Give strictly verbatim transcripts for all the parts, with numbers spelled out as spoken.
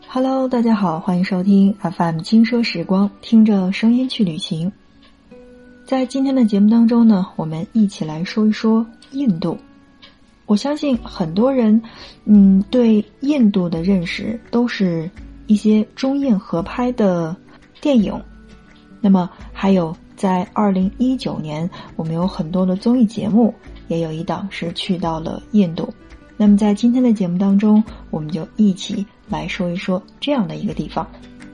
Hello， 大家好，欢迎收听 F M 轻奢时光，听着声音去旅行。在今天的节目当中呢，我们一起来说一说印度。我相信很多人，嗯，对印度的认识都是一些中印合拍的电影。那么还有在二零一九年，我们有很多的综艺节目，也有一档是去到了印度。那么在今天的节目当中，我们就一起来说一说这样的一个地方。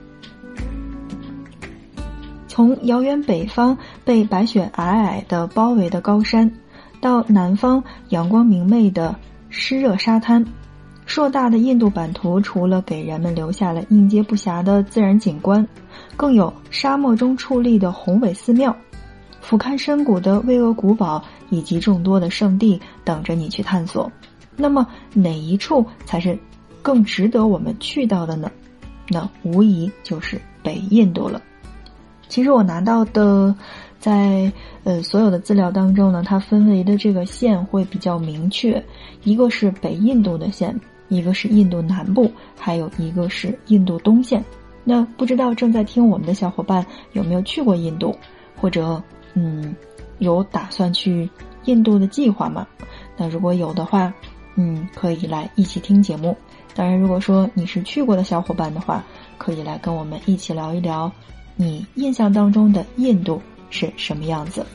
从遥远北方被白雪皑皑的包围的高山，到南方阳光明媚的湿热沙滩，硕大的印度版图除了给人们留下了应接不暇的自然景观，更有沙漠中矗立的宏伟寺庙，俯瞰深谷的巍峨古堡，以及众多的圣地等着你去探索。那么哪一处才是更值得我们去到的呢？那无疑就是北印度了。其实我拿到的在呃所有的资料当中呢，它分为的这个线会比较明确，一个是北印度的线，一个是印度南部，还有一个是印度东线。那不知道正在听我们的小伙伴有没有去过印度，或者嗯有打算去印度的计划吗？那如果有的话，嗯，可以来一起听节目。当然，如果说你是去过的小伙伴的话，可以来跟我们一起聊一聊你印象当中的印度是什么样子。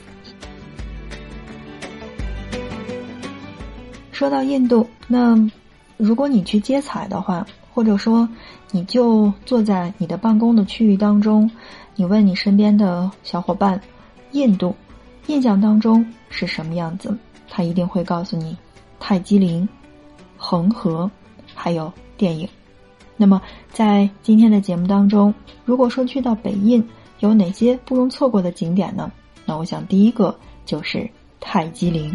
说到印度，那如果你去接彩的话，或者说你就坐在你的办公的区域当中，你问你身边的小伙伴，印度印象当中是什么样子，他一定会告诉你泰姬陵、恒河，还有电影。那么在今天的节目当中，如果说去到北印有哪些不容错过的景点呢？那我想第一个就是泰姬陵。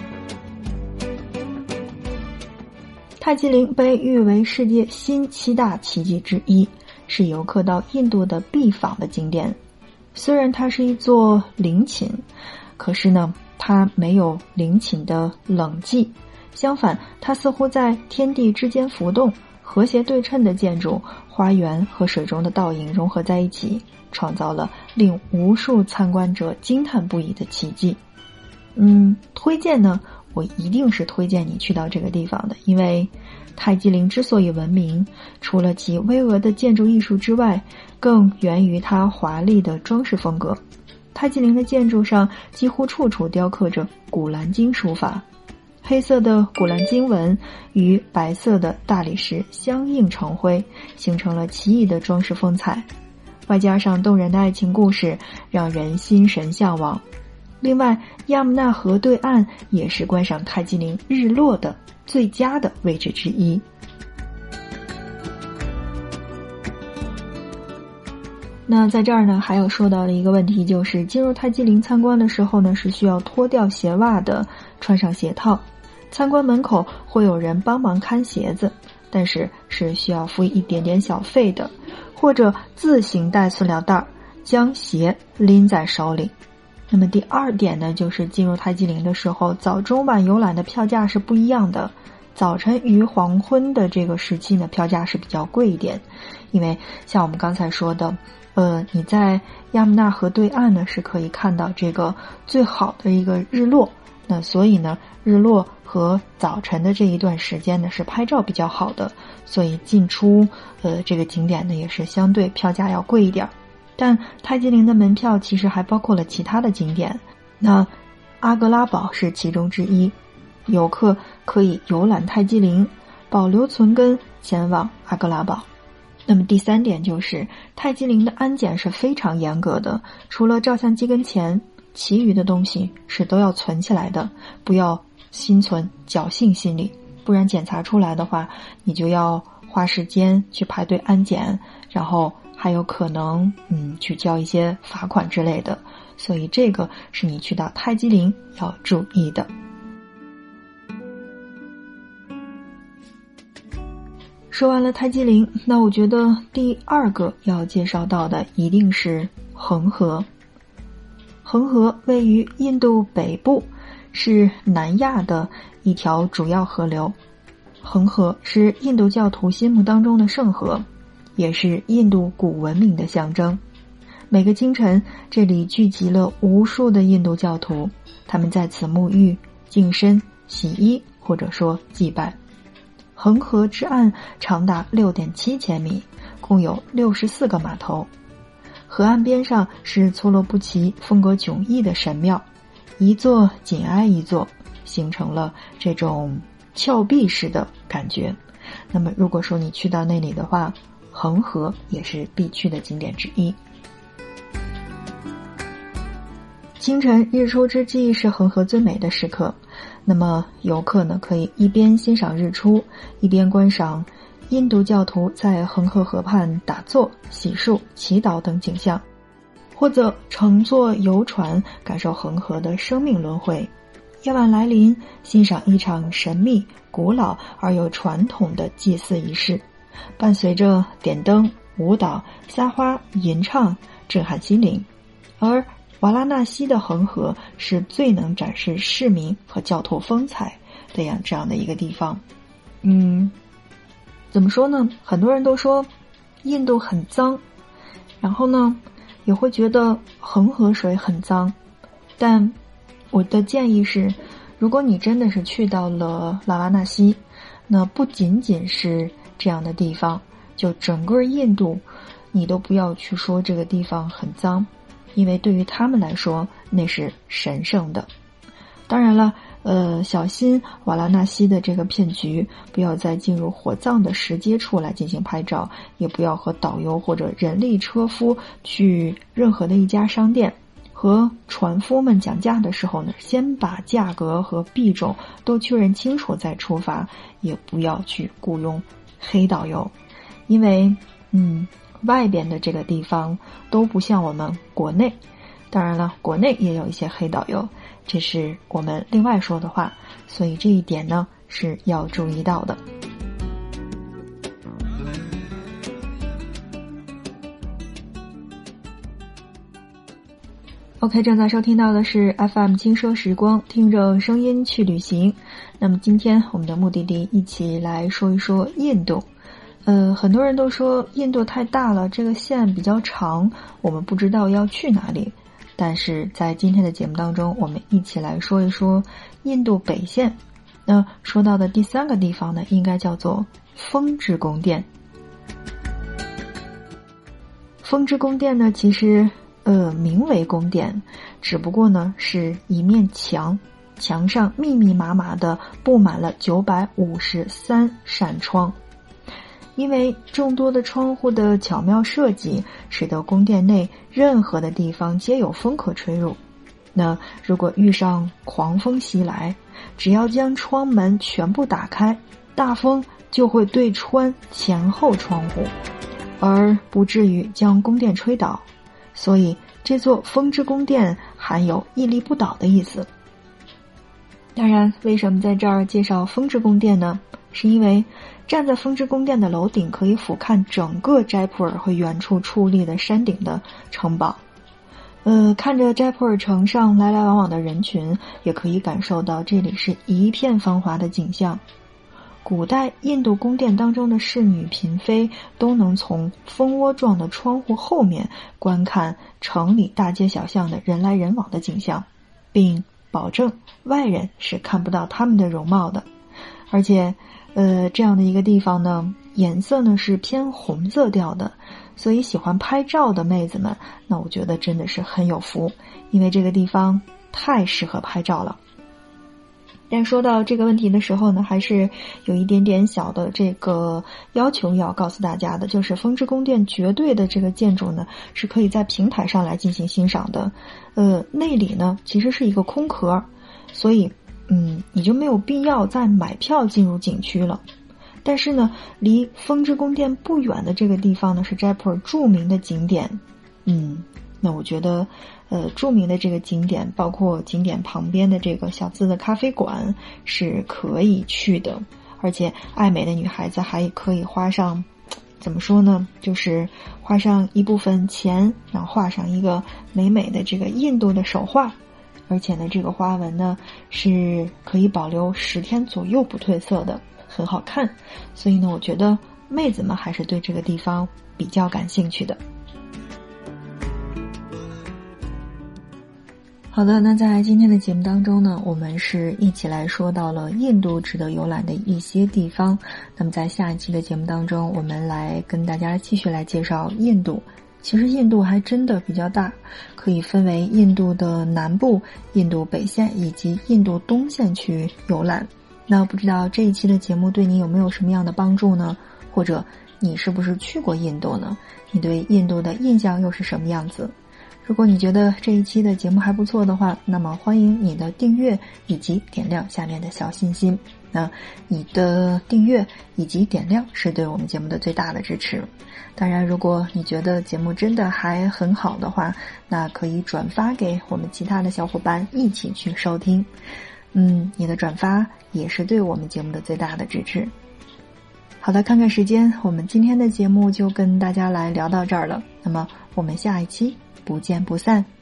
泰姬陵被誉为世界新七大奇迹之一，是游客到印度的必访的景点。虽然它是一座陵寝，可是呢它没有陵寝的冷寂，相反，它似乎在天地之间浮动，和谐对称的建筑、花园和水中的倒影融合在一起，创造了令无数参观者惊叹不已的奇迹。嗯，推荐呢，我一定是推荐你去到这个地方的，因为泰姬陵之所以闻名，除了其巍峨的建筑艺术之外，更源于它华丽的装饰风格。泰姬陵的建筑上几乎处处雕刻着古兰经书法，黑色的古兰经文与白色的大理石相映成辉，形成了奇异的装饰风采，外加上动人的爱情故事，让人心神向往。另外，亚穆纳河对岸也是观赏泰姬陵日落的最佳的位置之一。那在这儿呢，还有说到的一个问题，就是进入泰姬陵参观的时候呢，是需要脱掉鞋袜的，穿上鞋套。参观门口会有人帮忙看鞋子，但是是需要付一点点小费的，或者自行带塑料袋，将鞋拎在手里。那么第二点呢，就是进入泰姬陵的时候，早中晚游览的票价是不一样的。早晨与黄昏的这个时期呢，票价是比较贵一点，因为像我们刚才说的，呃，你在亚穆纳河对岸呢是可以看到这个最好的一个日落，那所以呢，日落和早晨的这一段时间呢是拍照比较好的，所以进出呃这个景点呢也是相对票价要贵一点。但泰姬陵的门票其实还包括了其他的景点，那阿格拉堡是其中之一，游客可以游览泰姬陵，保留存根，前往阿格拉堡。那么第三点就是泰姬陵的安检是非常严格的，除了照相机跟钱，其余的东西是都要存起来的，不要心存侥幸心理，不然检查出来的话，你就要花时间去排队安检，然后还有可能嗯去交一些罚款之类的，所以这个是你去到泰姬陵要注意的。说完了泰姬陵，那我觉得第二个要介绍到的一定是恒河。恒河位于印度北部，是南亚的一条主要河流。恒河是印度教徒心目当中的圣河， 也是印度古文明的象征。每个清晨，这里聚集了无数的印度教徒，他们在此沐浴、净身、洗衣，或者说祭拜。恒河之岸长达 六点七千米，共有六十四个码头。河岸边上是错落不齐、风格迥异的神庙，一座紧挨一座，形成了这种峭壁式的感觉。那么如果说你去到那里的话，恒河也是必去的景点之一。清晨日出之际是恒河最美的时刻，那么游客呢可以一边欣赏日出，一边观赏印度教徒在恒河河畔打坐、洗漱、祈祷等景象，或者乘坐游船感受恒河的生命轮回。夜晚来临，欣赏一场神秘、古老而又传统的祭祀仪式，伴随着点灯、舞蹈、撒花、吟唱，震撼心灵。而瓦拉纳西的恒河是最能展示市民和教徒风采的样这样的一个地方。嗯，怎么说呢？很多人都说印度很脏，然后呢，也会觉得恒河水很脏。但我的建议是，如果你真的是去到了瓦拉纳西，那不仅仅是这样的地方，就整个印度，你都不要去说这个地方很脏。因为对于他们来说那是神圣的。当然了，呃，小心瓦拉纳西的这个骗局，不要在进入火葬的石阶处来进行拍照，也不要和导游或者人力车夫去任何的一家商店，和船夫们讲价的时候呢，先把价格和币种都确认清楚再出发，也不要去雇佣黑导游。因为嗯外边的这个地方都不像我们国内，当然了，国内也有一些黑导游，这是我们另外说的话，所以这一点呢是要注意到的。OK， 正在收听到的是 F M 轻奢时光，听着声音去旅行。那么今天我们的目的地一起来说一说印度。呃，很多人都说印度太大了，这个线比较长，我们不知道要去哪里。但是在今天的节目当中，我们一起来说一说印度北线。那说到的第三个地方呢，应该叫做风之宫殿。风之宫殿呢，其实呃名为宫殿，只不过呢是一面墙，墙上密密麻麻的布满了九百五十三扇窗。因为众多的窗户的巧妙设计，使得宫殿内任何的地方皆有风可吹入。那如果遇上狂风袭来，只要将窗门全部打开，大风就会对穿前后窗户，而不至于将宫殿吹倒。所以这座风之宫殿含有屹立不倒的意思。当然，为什么在这儿介绍风之宫殿呢？是因为站在风之宫殿的楼顶，可以俯瞰整个斋普尔和远处矗立的山顶的城堡。呃，看着斋普尔城上来来往往的人群，也可以感受到这里是一片繁华的景象。古代印度宫殿当中的侍女嫔妃都能从蜂窝状的窗户后面观看城里大街小巷的人来人往的景象，并保证外人是看不到他们的容貌的。而且呃，这样的一个地方呢，颜色呢是偏红色调的，所以喜欢拍照的妹子们，那我觉得真的是很有福，因为这个地方太适合拍照了。但说到这个问题的时候呢，还是有一点点小的这个要求要告诉大家的，就是风之宫殿绝对的这个建筑呢，是可以在平台上来进行欣赏的。呃，内里呢其实是一个空壳，所以嗯，你就没有必要再买票进入景区了。但是呢，离风之宫殿不远的这个地方呢，是斋普尔著名的景点。嗯，那我觉得呃，著名的这个景点，包括景点旁边的这个小资的咖啡馆是可以去的。而且爱美的女孩子还可以花上，怎么说呢，就是花上一部分钱，然后画上一个美美的这个印度的手画。而且呢，这个花纹呢是可以保留十天左右不褪色的，很好看。所以呢，我觉得妹子们还是对这个地方比较感兴趣的。好的，那在今天的节目当中呢，我们是一起来说到了印度值得游览的一些地方。那么在下一期的节目当中，我们来跟大家继续来介绍印度。其实印度还真的比较大，可以分为印度的南部、印度北线以及印度东线去游览。那不知道这一期的节目对你有没有什么样的帮助呢？或者你是不是去过印度呢？你对印度的印象又是什么样子？如果你觉得这一期的节目还不错的话，那么欢迎你的订阅以及点亮下面的小心心。那你的订阅以及点亮是对我们节目的最大的支持。当然，如果你觉得节目真的还很好的话，那可以转发给我们其他的小伙伴一起去收听。嗯，你的转发也是对我们节目的最大的支持。好的，看看时间，我们今天的节目就跟大家来聊到这儿了。那么我们下一期不见不散。